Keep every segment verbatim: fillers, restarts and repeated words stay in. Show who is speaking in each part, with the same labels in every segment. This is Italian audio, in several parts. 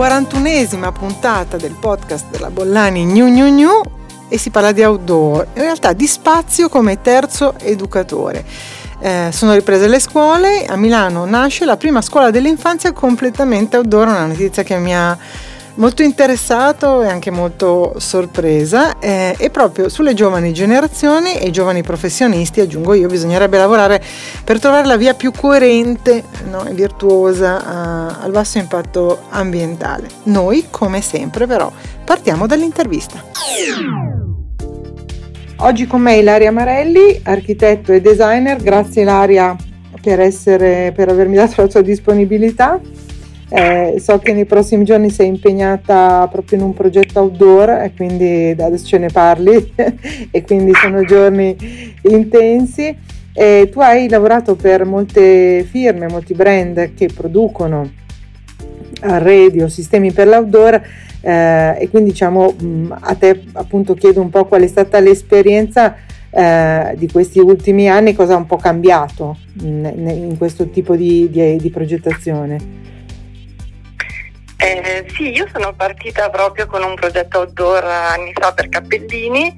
Speaker 1: quarantunesima puntata del podcast della Bollani Gnu Gnu Gnu e si parla di outdoor, in realtà di spazio come terzo educatore. Eh, sono riprese le scuole, a Milano nasce la prima scuola dell'infanzia completamente outdoor, una notizia che mi ha molto interessato e anche molto sorpresa, eh, e proprio sulle giovani generazioni e i giovani professionisti, aggiungo io, bisognerebbe lavorare per trovare la via più coerente, no, e virtuosa uh, al basso impatto ambientale. Noi, come sempre, però, partiamo dall'intervista. Oggi con me Ilaria Marelli, architetto e designer. Grazie Ilaria per essere, per avermi dato la tua disponibilità. Eh, so che nei prossimi giorni sei impegnata proprio in un progetto outdoor e quindi adesso ce ne parli e quindi sono giorni intensi. Eh, tu hai lavorato per molte firme, molti brand che producono arredi o sistemi per l'outdoor, eh, e quindi diciamo mh, a te appunto chiedo un po' qual è stata l'esperienza eh, di questi ultimi anni, cosa ha un po' cambiato mh, in questo tipo di, di, di progettazione.
Speaker 2: Eh, sì, io sono partita proprio con un progetto outdoor anni fa per Cappellini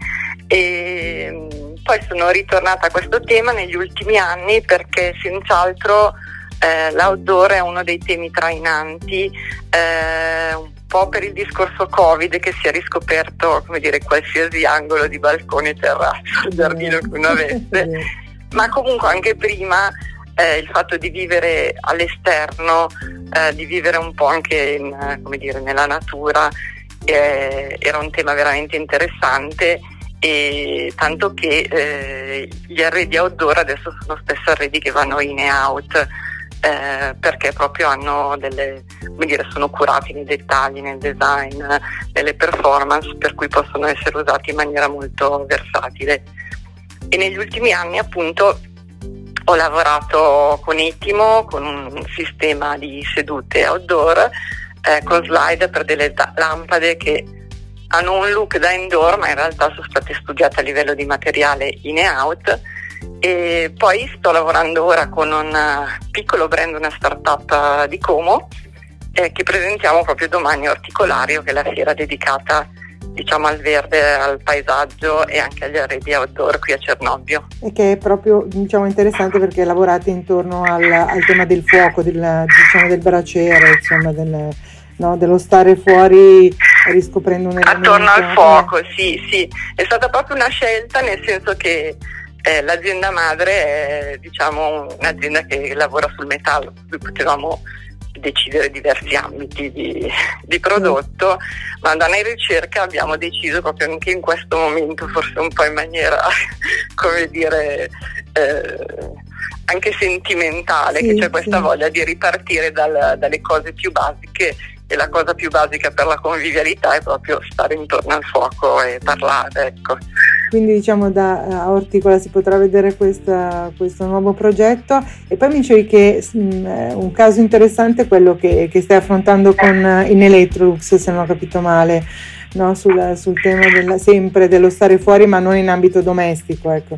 Speaker 2: e poi sono ritornata a questo tema negli ultimi anni perché senz'altro eh, l'outdoor è uno dei temi trainanti, eh, un po' per il discorso Covid, che si è riscoperto, come dire, qualsiasi angolo di balcone, terrazzo, giardino che uno avesse, ma comunque anche prima eh, il fatto di vivere all'esterno, Eh, di vivere un po' anche in, come dire, nella natura, eh, era un tema veramente interessante, e tanto che eh, gli arredi outdoor adesso sono spesso arredi che vanno in e out, eh, perché proprio hanno delle, come dire, sono curati nei dettagli, nel design, nelle performance, per cui possono essere usati in maniera molto versatile. E negli ultimi anni appunto ho lavorato con Etimo, con un sistema di sedute outdoor, eh, con slide per delle da- lampade che hanno un look da indoor, ma in realtà sono state studiate a livello di materiale in e out. E poi sto lavorando ora con un piccolo brand, una startup di Como, eh, che presentiamo proprio domani a Orticolario, che è la fiera dedicata, diciamo, al verde, al paesaggio e anche agli arredi outdoor qui a Cernobbio.
Speaker 1: E che è proprio, diciamo, interessante perché lavorate intorno al, al tema del fuoco, del, diciamo, del braciere, insomma, del, no, dello stare fuori riscoprendo un elemento.
Speaker 2: Attorno al fuoco, eh. sì, sì. È stata proprio una scelta, nel senso che eh, l'azienda madre è, diciamo, un'azienda che lavora sul metallo, per cui potevamo decidere diversi ambiti di, di prodotto, ma da una ricerca abbiamo deciso proprio anche in questo momento, forse un po' in maniera, come dire, eh, anche sentimentale, sì, che c'è questa sì. voglia di ripartire dal, dalle cose più basiche, e la cosa più basica per la convivialità è proprio stare intorno al fuoco e parlare, ecco.
Speaker 1: Quindi diciamo da Orticola si potrà vedere questa, questo nuovo progetto. E poi mi dicevi che mh, un caso interessante è quello che, che stai affrontando con in Electrolux, se non ho capito male, no? sul, sul tema della, sempre dello stare fuori, ma non in ambito domestico, ecco.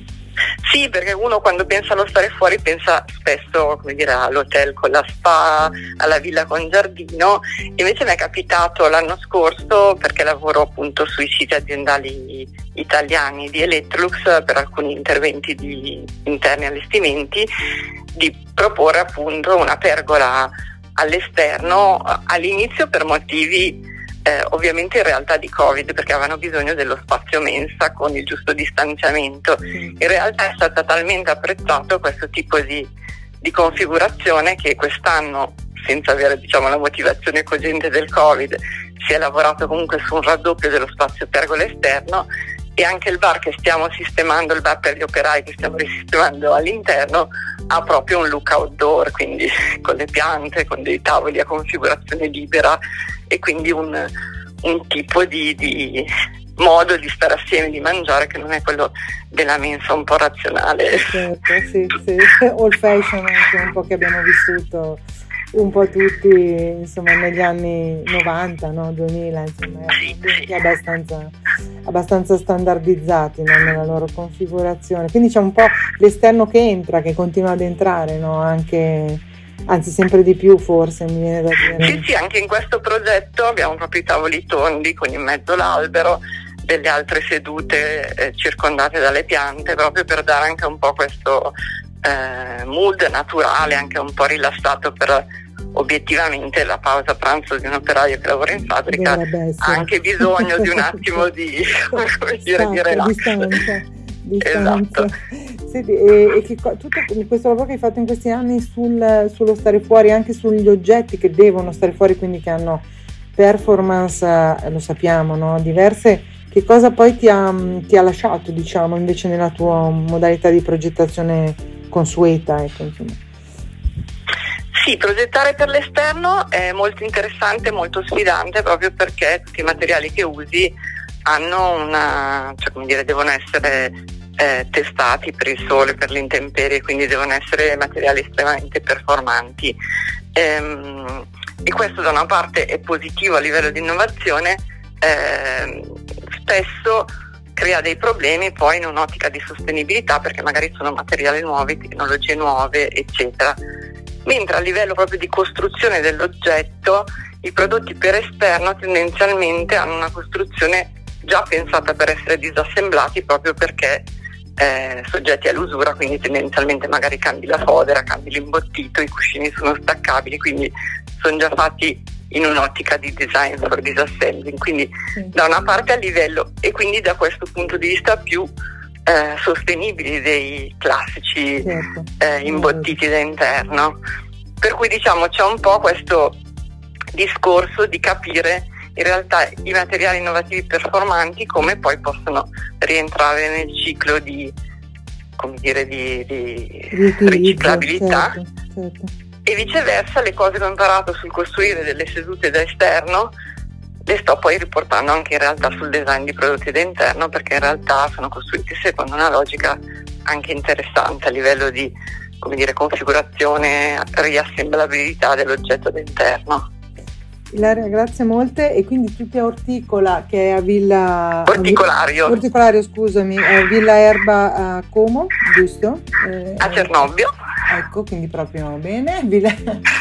Speaker 2: Sì, perché uno quando pensa allo stare fuori pensa spesso, come dire, all'hotel con la spa, alla villa con giardino. Invece mi è capitato l'anno scorso, perché lavoro appunto sui siti aziendali italiani di Electrolux per alcuni interventi di interni allestimenti, di proporre appunto una pergola all'esterno, all'inizio per motivi Eh, ovviamente in realtà di Covid, perché avevano bisogno dello spazio mensa con il giusto distanziamento. In realtà è stato talmente apprezzato questo tipo di, di configurazione che quest'anno, senza avere, diciamo, la motivazione cogente del Covid, si è lavorato comunque su un raddoppio dello spazio pergola esterno, e anche il bar che stiamo sistemando, il bar per gli operai che stiamo risistemando all'interno, ha proprio un look outdoor, quindi con le piante, con dei tavoli a configurazione libera, e quindi un, un tipo di, di modo di stare assieme, di mangiare, che non è quello della mensa un po' razionale.
Speaker 1: Certo, sì, sì, old fashion anche un po' che abbiamo vissuto un po' tutti, insomma, negli anni novanta, no? duemila, insomma,
Speaker 2: sì,
Speaker 1: sì.
Speaker 2: sì.
Speaker 1: abbastanza abbastanza standardizzati, no? nella loro configurazione. Quindi c'è un po' l'esterno che entra, che continua ad entrare, no? Anche anzi sempre di più forse, mi viene da dire.
Speaker 2: Sì, sì, anche in questo progetto abbiamo proprio i tavoli tondi con in mezzo l'albero, delle altre sedute eh, circondate dalle piante, proprio per dare anche un po' questo eh, mood naturale, anche un po' rilassato, per obiettivamente la pausa pranzo di un operaio che lavora in fabbrica ha anche bisogno di un attimo di, come dire, di relax.
Speaker 1: Distanza, distanza.
Speaker 2: Esatto.
Speaker 1: Senti, e, e che, tutto questo lavoro che hai fatto in questi anni sul, sullo stare fuori, anche sugli oggetti che devono stare fuori, quindi che hanno performance, eh, lo sappiamo, no? Diverse, che cosa poi ti ha, ti ha lasciato, diciamo, invece nella tua modalità di progettazione consueta, ecco, insomma.
Speaker 2: Sì, progettare per l'esterno è molto interessante, molto sfidante, proprio perché tutti i materiali che usi hanno una, cioè come dire, devono essere eh, testati per il sole, per le intemperie, quindi devono essere materiali estremamente performanti. Ehm, e questo da una parte è positivo a livello di innovazione, eh, spesso crea dei problemi poi in un'ottica di sostenibilità, perché magari sono materiali nuovi, tecnologie nuove, eccetera. Mentre a livello proprio di costruzione dell'oggetto, i prodotti per esterno tendenzialmente hanno una costruzione già pensata per essere disassemblati, proprio perché eh, soggetti all'usura, quindi tendenzialmente magari cambi la fodera, cambi l'imbottito, i cuscini sono staccabili, quindi sono già fatti in un'ottica di design for disassembling, quindi sì. Da una parte a livello, e quindi da questo punto di vista più eh, sostenibili dei classici certo. eh, imbottiti da interno, per cui diciamo c'è un po' questo discorso di capire in realtà i materiali innovativi performanti come poi possono rientrare nel ciclo di, come dire, di, di riciclabilità, certo, certo. E viceversa le cose che ho imparato sul costruire delle sedute da esterno le sto poi riportando anche in realtà sul design di prodotti da interno, perché in realtà sono costruiti secondo una logica anche interessante a livello di, come dire, configurazione, riassemblabilità dell'oggetto da interno.
Speaker 1: Ilaria, grazie molte. E quindi tutti a Orticola, che è a Villa
Speaker 2: Orticolario
Speaker 1: Orticolario, scusami, a Villa Erba a Como, giusto? Eh,
Speaker 2: a Cernobbio.
Speaker 1: Ecco, quindi proprio bene. Villa,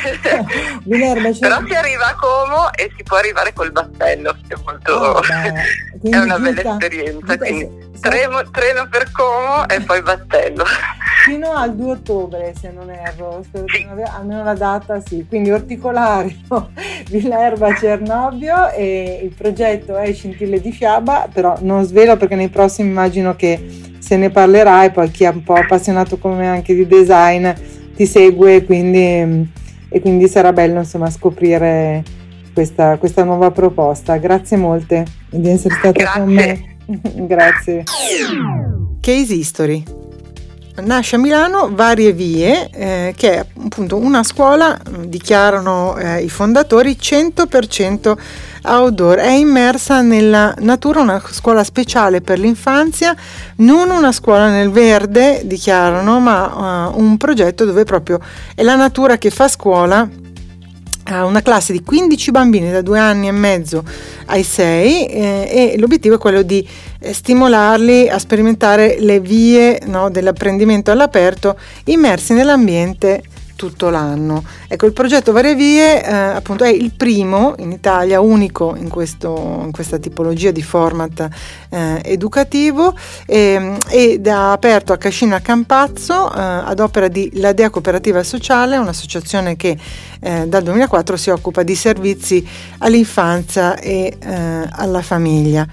Speaker 1: Villa Erba,
Speaker 2: però si arriva a Como e si può arrivare col battello, che è molto oh, beh, è una bella giusta, esperienza. Giusta, quindi sì. treno, treno per Como e poi battello.
Speaker 1: Fino al due ottobre, se non erro, spero
Speaker 2: sì.
Speaker 1: di non avere, almeno la data sì. Quindi Orticolario, Villa Erba, Cernobbio, e il progetto è Scintille di Fiaba, però non svelo perché nei prossimi immagino che se ne parlerà, e poi chi è un po' appassionato come anche di design ti segue, quindi, e quindi sarà bello insomma scoprire questa, questa nuova proposta. Grazie molte di essere stata
Speaker 2: Grazie.
Speaker 1: con me. Grazie. Case History. Nasce a Milano Varie Vie, eh, che è appunto una scuola, dichiarano eh, i fondatori, cento per cento outdoor, è immersa nella natura, una scuola speciale per l'infanzia, non una scuola nel verde, dichiarano, ma uh, un progetto dove proprio è la natura che fa scuola. Ha una classe di quindici bambini da due anni e mezzo ai sei, eh, e l'obiettivo è quello di eh, stimolarli a sperimentare le vie, no, dell'apprendimento all'aperto, immersi nell'ambiente tutto l'anno. Ecco, il progetto Varie Vie eh, appunto è il primo in Italia, unico in, questo, in questa tipologia di format eh, educativo, e, ed ha aperto a Cascina Campazzo eh, ad opera di Ladea Cooperativa Sociale, un'associazione che eh, dal duemilaquattro si occupa di servizi all'infanzia e eh, alla famiglia.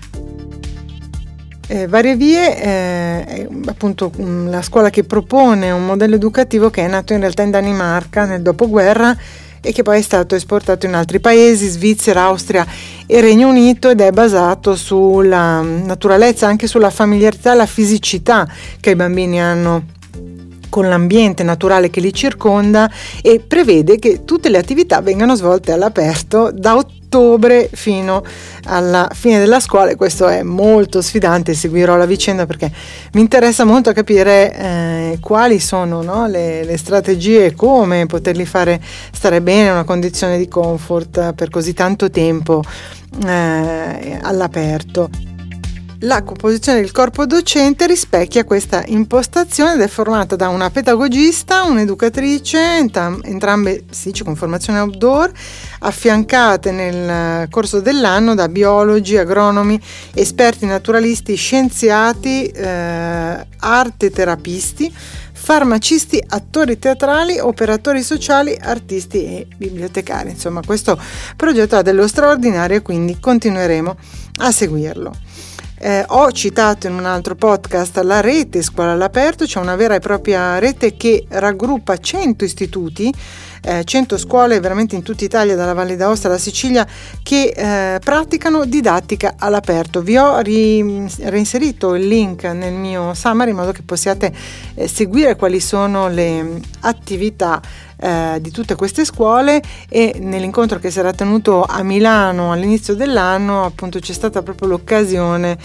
Speaker 1: Eh, Varie Vie eh, è appunto mh, la scuola che propone un modello educativo che è nato in realtà in Danimarca nel dopoguerra e che poi è stato esportato in altri paesi, Svizzera, Austria e Regno Unito, ed è basato sulla naturalezza, anche sulla familiarità e la fisicità che i bambini hanno con l'ambiente naturale che li circonda, e prevede che tutte le attività vengano svolte all'aperto da ottobre fino alla fine della scuola. E questo è molto sfidante, seguirò la vicenda perché mi interessa molto capire eh, quali sono, no, le, le strategie e come poterli fare stare bene in una condizione di comfort per così tanto tempo eh, all'aperto. La composizione del corpo docente rispecchia questa impostazione ed è formata da una pedagogista, un'educatrice, entam- entrambe si dice con formazione outdoor, affiancate nel corso dell'anno da biologi, agronomi, esperti naturalisti, scienziati, eh, arte terapisti, farmacisti, attori teatrali, operatori sociali, artisti e bibliotecari. Insomma, questo progetto ha dello straordinario e quindi continueremo a seguirlo. Eh, ho citato in un altro podcast la rete Scuola all'Aperto, c'è una vera e propria rete che raggruppa cento istituti, eh, cento scuole veramente in tutta Italia, dalla Valle d'Aosta alla Sicilia, che eh, praticano didattica all'aperto. Vi ho ri- reinserito il link nel mio summary in modo che possiate eh, seguire quali sono le attività Eh, di tutte queste scuole, e nell'incontro che si era tenuto a Milano all'inizio dell'anno appunto c'è stata proprio l'occasione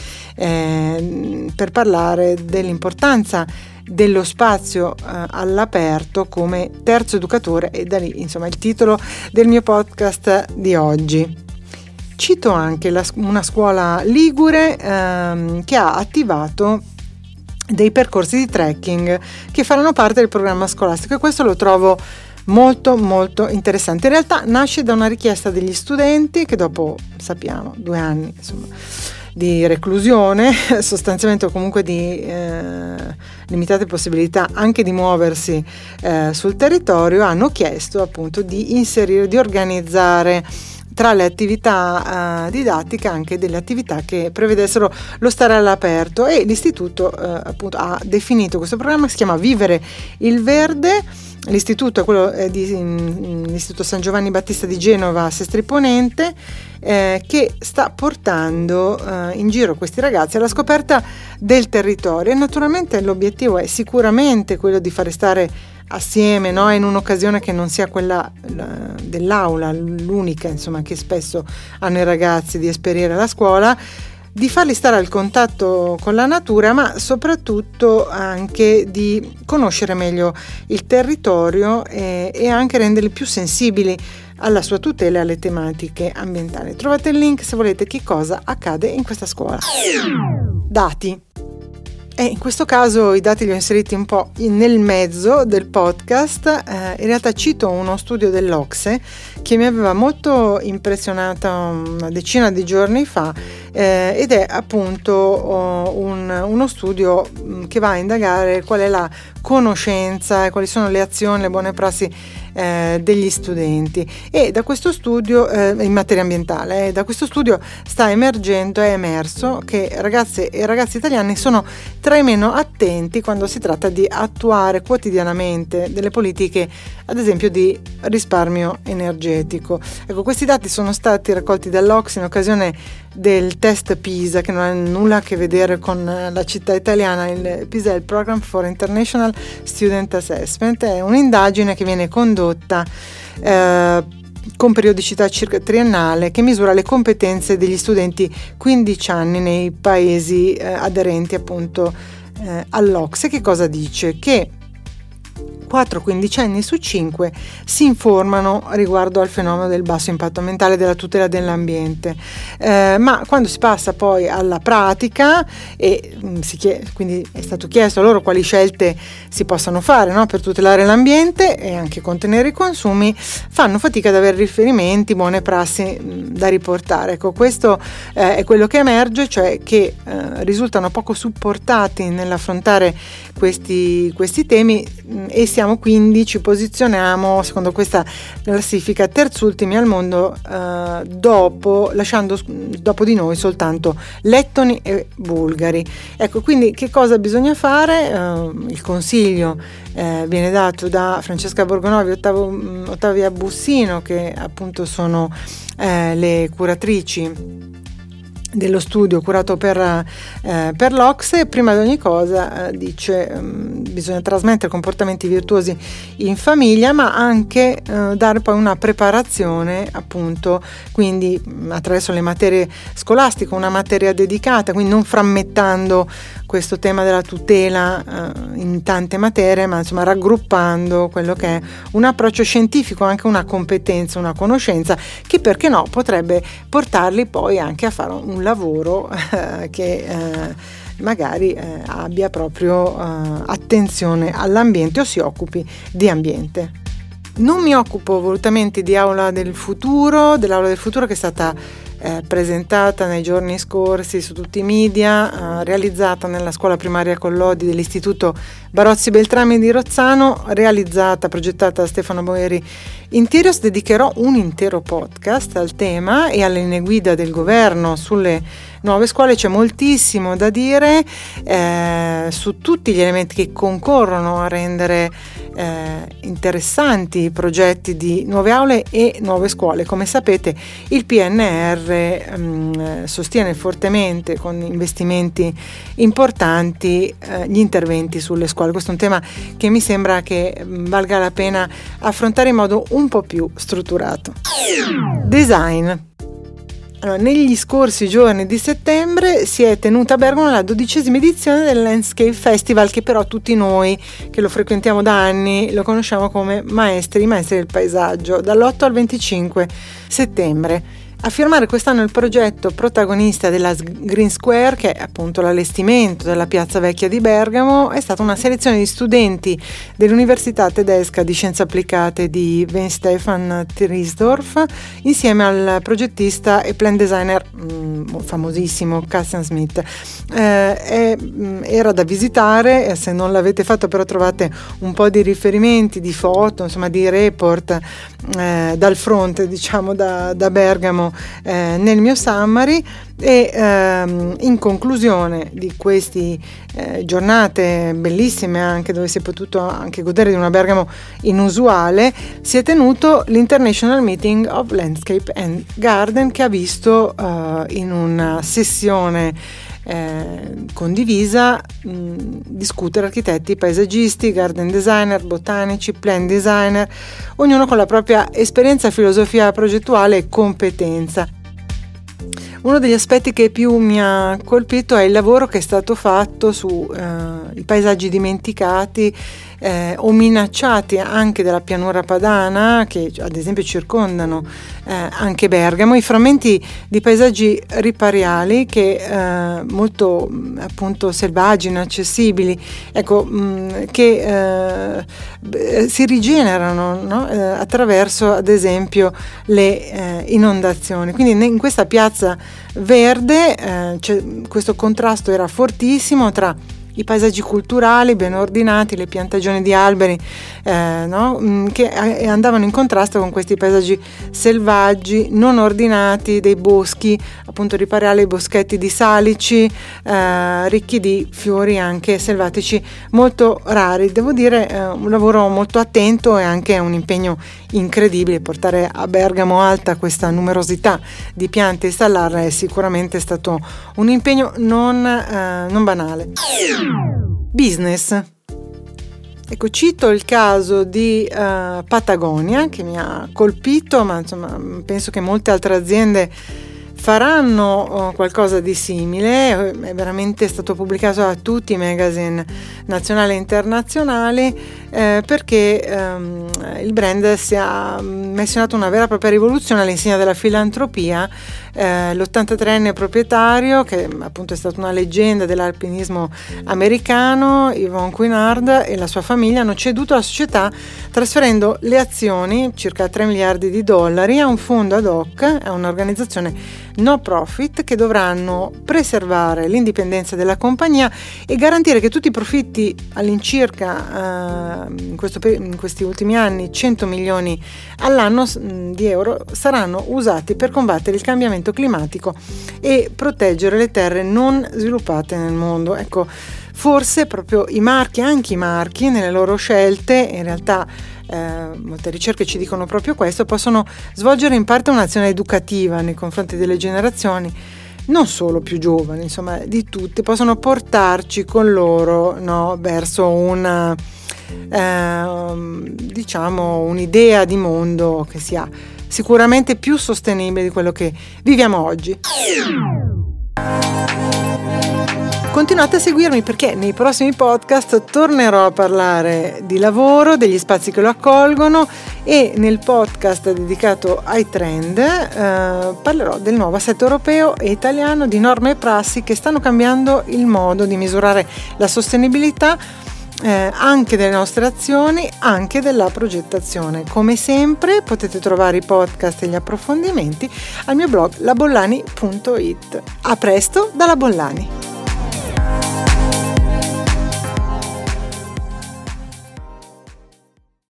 Speaker 1: eh, per parlare dell'importanza dello spazio eh, all'aperto come terzo educatore, e da lì insomma il titolo del mio podcast di oggi. Cito anche la, una scuola ligure ehm, che ha attivato dei percorsi di trekking che faranno parte del programma scolastico, e questo lo trovo molto molto interessante. In realtà nasce da una richiesta degli studenti che dopo, sappiamo, due anni insomma di reclusione, sostanzialmente, o comunque di eh, limitate possibilità anche di muoversi eh, sul territorio, hanno chiesto appunto di inserire, di organizzare tra le attività uh, didattiche anche delle attività che prevedessero lo stare all'aperto, e l'istituto uh, appunto ha definito questo programma che si chiama Vivere il Verde. L'istituto è quello eh, di mm, l'Istituto San Giovanni Battista di Genova Sestri Ponente, eh, che sta portando eh, in giro questi ragazzi alla scoperta del territorio, e naturalmente l'obiettivo è sicuramente quello di fare stare assieme, no? In un'occasione che non sia quella la, dell'aula, l'unica insomma che spesso hanno i ragazzi di esperire la scuola, di farli stare al contatto con la natura, ma soprattutto anche di conoscere meglio il territorio e, e anche renderli più sensibili alla sua tutela e alle tematiche ambientali. Trovate il link se volete che cosa accade in questa scuola. Dati. E in questo caso i dati li ho inseriti un po' nel mezzo del podcast. Eh, in realtà cito uno studio dell'Ocse che mi aveva molto impressionata una decina di giorni fa, eh, ed è appunto oh, un, uno studio che va a indagare qual è la conoscenza e quali sono le azioni, le buone prassi eh, degli studenti, e da questo studio eh, in materia ambientale, eh, da questo studio sta emergendo, è emerso che ragazze e ragazzi italiani sono tra i meno attenti quando si tratta di attuare quotidianamente delle politiche, ad esempio di risparmio energetico. Ecco, questi dati sono stati raccolti dall'Ocse in occasione del test PISA, che non ha nulla a che vedere con la città italiana. Il PISA è il Program for International Student Assessment, è un'indagine che viene condotta eh, con periodicità circa triennale, che misura le competenze degli studenti quindici anni nei paesi eh, aderenti appunto eh, all'Ocse. Che cosa dice? Che quattro quindicenni su cinque si informano riguardo al fenomeno del basso impatto ambientale, della tutela dell'ambiente, eh, ma quando si passa poi alla pratica e mh, si chiede, quindi è stato chiesto a loro quali scelte si possano fare, no, per tutelare l'ambiente e anche contenere i consumi, fanno fatica ad avere riferimenti, buone prassi mh, da riportare. Ecco, questo eh, è quello che emerge, cioè che eh, risultano poco supportati nell'affrontare questi, questi temi, mh, e siamo quindi, ci posizioniamo secondo questa classifica terzultimi al mondo, eh, dopo lasciando dopo di noi soltanto lettoni e bulgari. Ecco, quindi che cosa bisogna fare? Eh, il consiglio eh, viene dato da Francesca Borgonovi e Ottavio, Ottavia Bussino, che appunto sono eh, le curatrici dello studio curato per, eh, per l'Ocse. Prima di ogni cosa eh, dice um, bisogna trasmettere comportamenti virtuosi in famiglia, ma anche eh, dare poi una preparazione appunto, quindi attraverso le materie scolastiche, una materia dedicata, quindi non frammettando questo tema della tutela eh, in tante materie, ma insomma raggruppando quello che è un approccio scientifico, anche una competenza, una conoscenza che, perché no, potrebbe portarli poi anche a fare un lavoro eh, che eh, magari eh, abbia proprio eh, attenzione all'ambiente o si occupi di ambiente. Non mi occupo volutamente di Aula del Futuro, dell'Aula del Futuro che è stata eh, presentata nei giorni scorsi su tutti i media, eh, realizzata nella scuola primaria Collodi dell'Istituto Barozzi Beltrami di Rozzano, realizzata, progettata da Stefano Boeri Interiors. Dedicherò un intero podcast al tema e alle linee guida del governo sulle nuove scuole. C'è moltissimo da dire eh, su tutti gli elementi che concorrono a rendere eh, interessanti i progetti di nuove aule e nuove scuole. Come sapete, il P N R mh, sostiene fortemente, con investimenti importanti, eh, gli interventi sulle scuole. Questo è un tema che mi sembra che valga la pena affrontare in modo un po' più strutturato. Design. Allora, negli scorsi giorni di settembre si è tenuta a Bergamo la dodicesima edizione del Landscape Festival, che però tutti noi che lo frequentiamo da anni lo conosciamo come maestri, maestri del paesaggio, dall'otto al venticinque settembre. A firmare quest'anno il progetto protagonista della Green Square, che è appunto l'allestimento della piazza vecchia di Bergamo, è stata una selezione di studenti dell'Università Tedesca di Scienze Applicate di Weinstefan Triesdorf, insieme al progettista e plan designer mh, famosissimo Cassian Smith. Eh, è, mh, era da visitare, e se non l'avete fatto però trovate un po' di riferimenti, di foto, insomma di report eh, dal fronte, diciamo da, da Bergamo, Eh, nel mio summary. E ehm, in conclusione di queste eh, giornate bellissime, anche dove si è potuto anche godere di una Bergamo inusuale, si è tenuto l'International Meeting of Landscape and Garden, che ha visto eh, in una sessione Eh, condivisa mh, discutere architetti, paesaggisti, garden designer, botanici, plan designer, ognuno con la propria esperienza, filosofia progettuale e competenza. Uno degli aspetti che più mi ha colpito è il lavoro che è stato fatto sui eh, paesaggi dimenticati eh, o minacciati anche dalla pianura padana, che ad esempio circondano eh, anche Bergamo, i frammenti di paesaggi ripariali che eh, molto appunto selvaggi, inaccessibili, ecco, mh, che eh, si rigenerano, no? eh, attraverso ad esempio le eh, inondazioni. Quindi in questa piazza verde eh, questo contrasto era fortissimo tra i paesaggi culturali ben ordinati, le piantagioni di alberi eh, no? che andavano in contrasto con questi paesaggi selvaggi non ordinati, dei boschi appunto ripariali, boschetti di salici eh, ricchi di fiori anche selvatici molto rari. Devo dire eh, un lavoro molto attento e anche un impegno incredibile. Portare a Bergamo Alta questa numerosità di piante e installarle è sicuramente stato un impegno non, eh, non banale. Business. Ecco, cito il caso di uh, Patagonia, che mi ha colpito, ma insomma penso che molte altre aziende faranno uh, qualcosa di simile. È veramente stato pubblicato da tutti i magazine nazionali e internazionali eh, perché um, il brand si è messo in atto una vera e propria rivoluzione all'insegna della filantropia. Eh, l'ottantatreenne proprietario, che appunto è stata una leggenda dell'alpinismo americano, Yvon Chouinard, e la sua famiglia hanno ceduto la società trasferendo le azioni, circa tre miliardi di dollari, a un fondo ad hoc, a un'organizzazione no profit, che dovranno preservare l'indipendenza della compagnia e garantire che tutti i profitti, all'incirca eh, in, questo, in questi ultimi anni cento milioni all'anno di euro, saranno usati per combattere il cambiamento climatico e proteggere le terre non sviluppate nel mondo. Ecco, forse proprio i marchi, anche i marchi nelle loro scelte, in realtà eh, molte ricerche ci dicono proprio questo, possono svolgere in parte un'azione educativa nei confronti delle generazioni non solo più giovani, insomma di tutti, possono portarci con loro, no, verso una eh, diciamo un'idea di mondo che sia sicuramente più sostenibile di quello che viviamo oggi. Continuate a seguirmi perché nei prossimi podcast tornerò a parlare di lavoro, degli spazi che lo accolgono, e nel podcast dedicato ai trend eh, parlerò del nuovo assetto europeo e italiano di norme e prassi che stanno cambiando il modo di misurare la sostenibilità eh, anche delle nostre azioni, anche della progettazione. Come sempre potete trovare i podcast e gli approfondimenti al mio blog la bollani punto it. A presto dalla Bollani.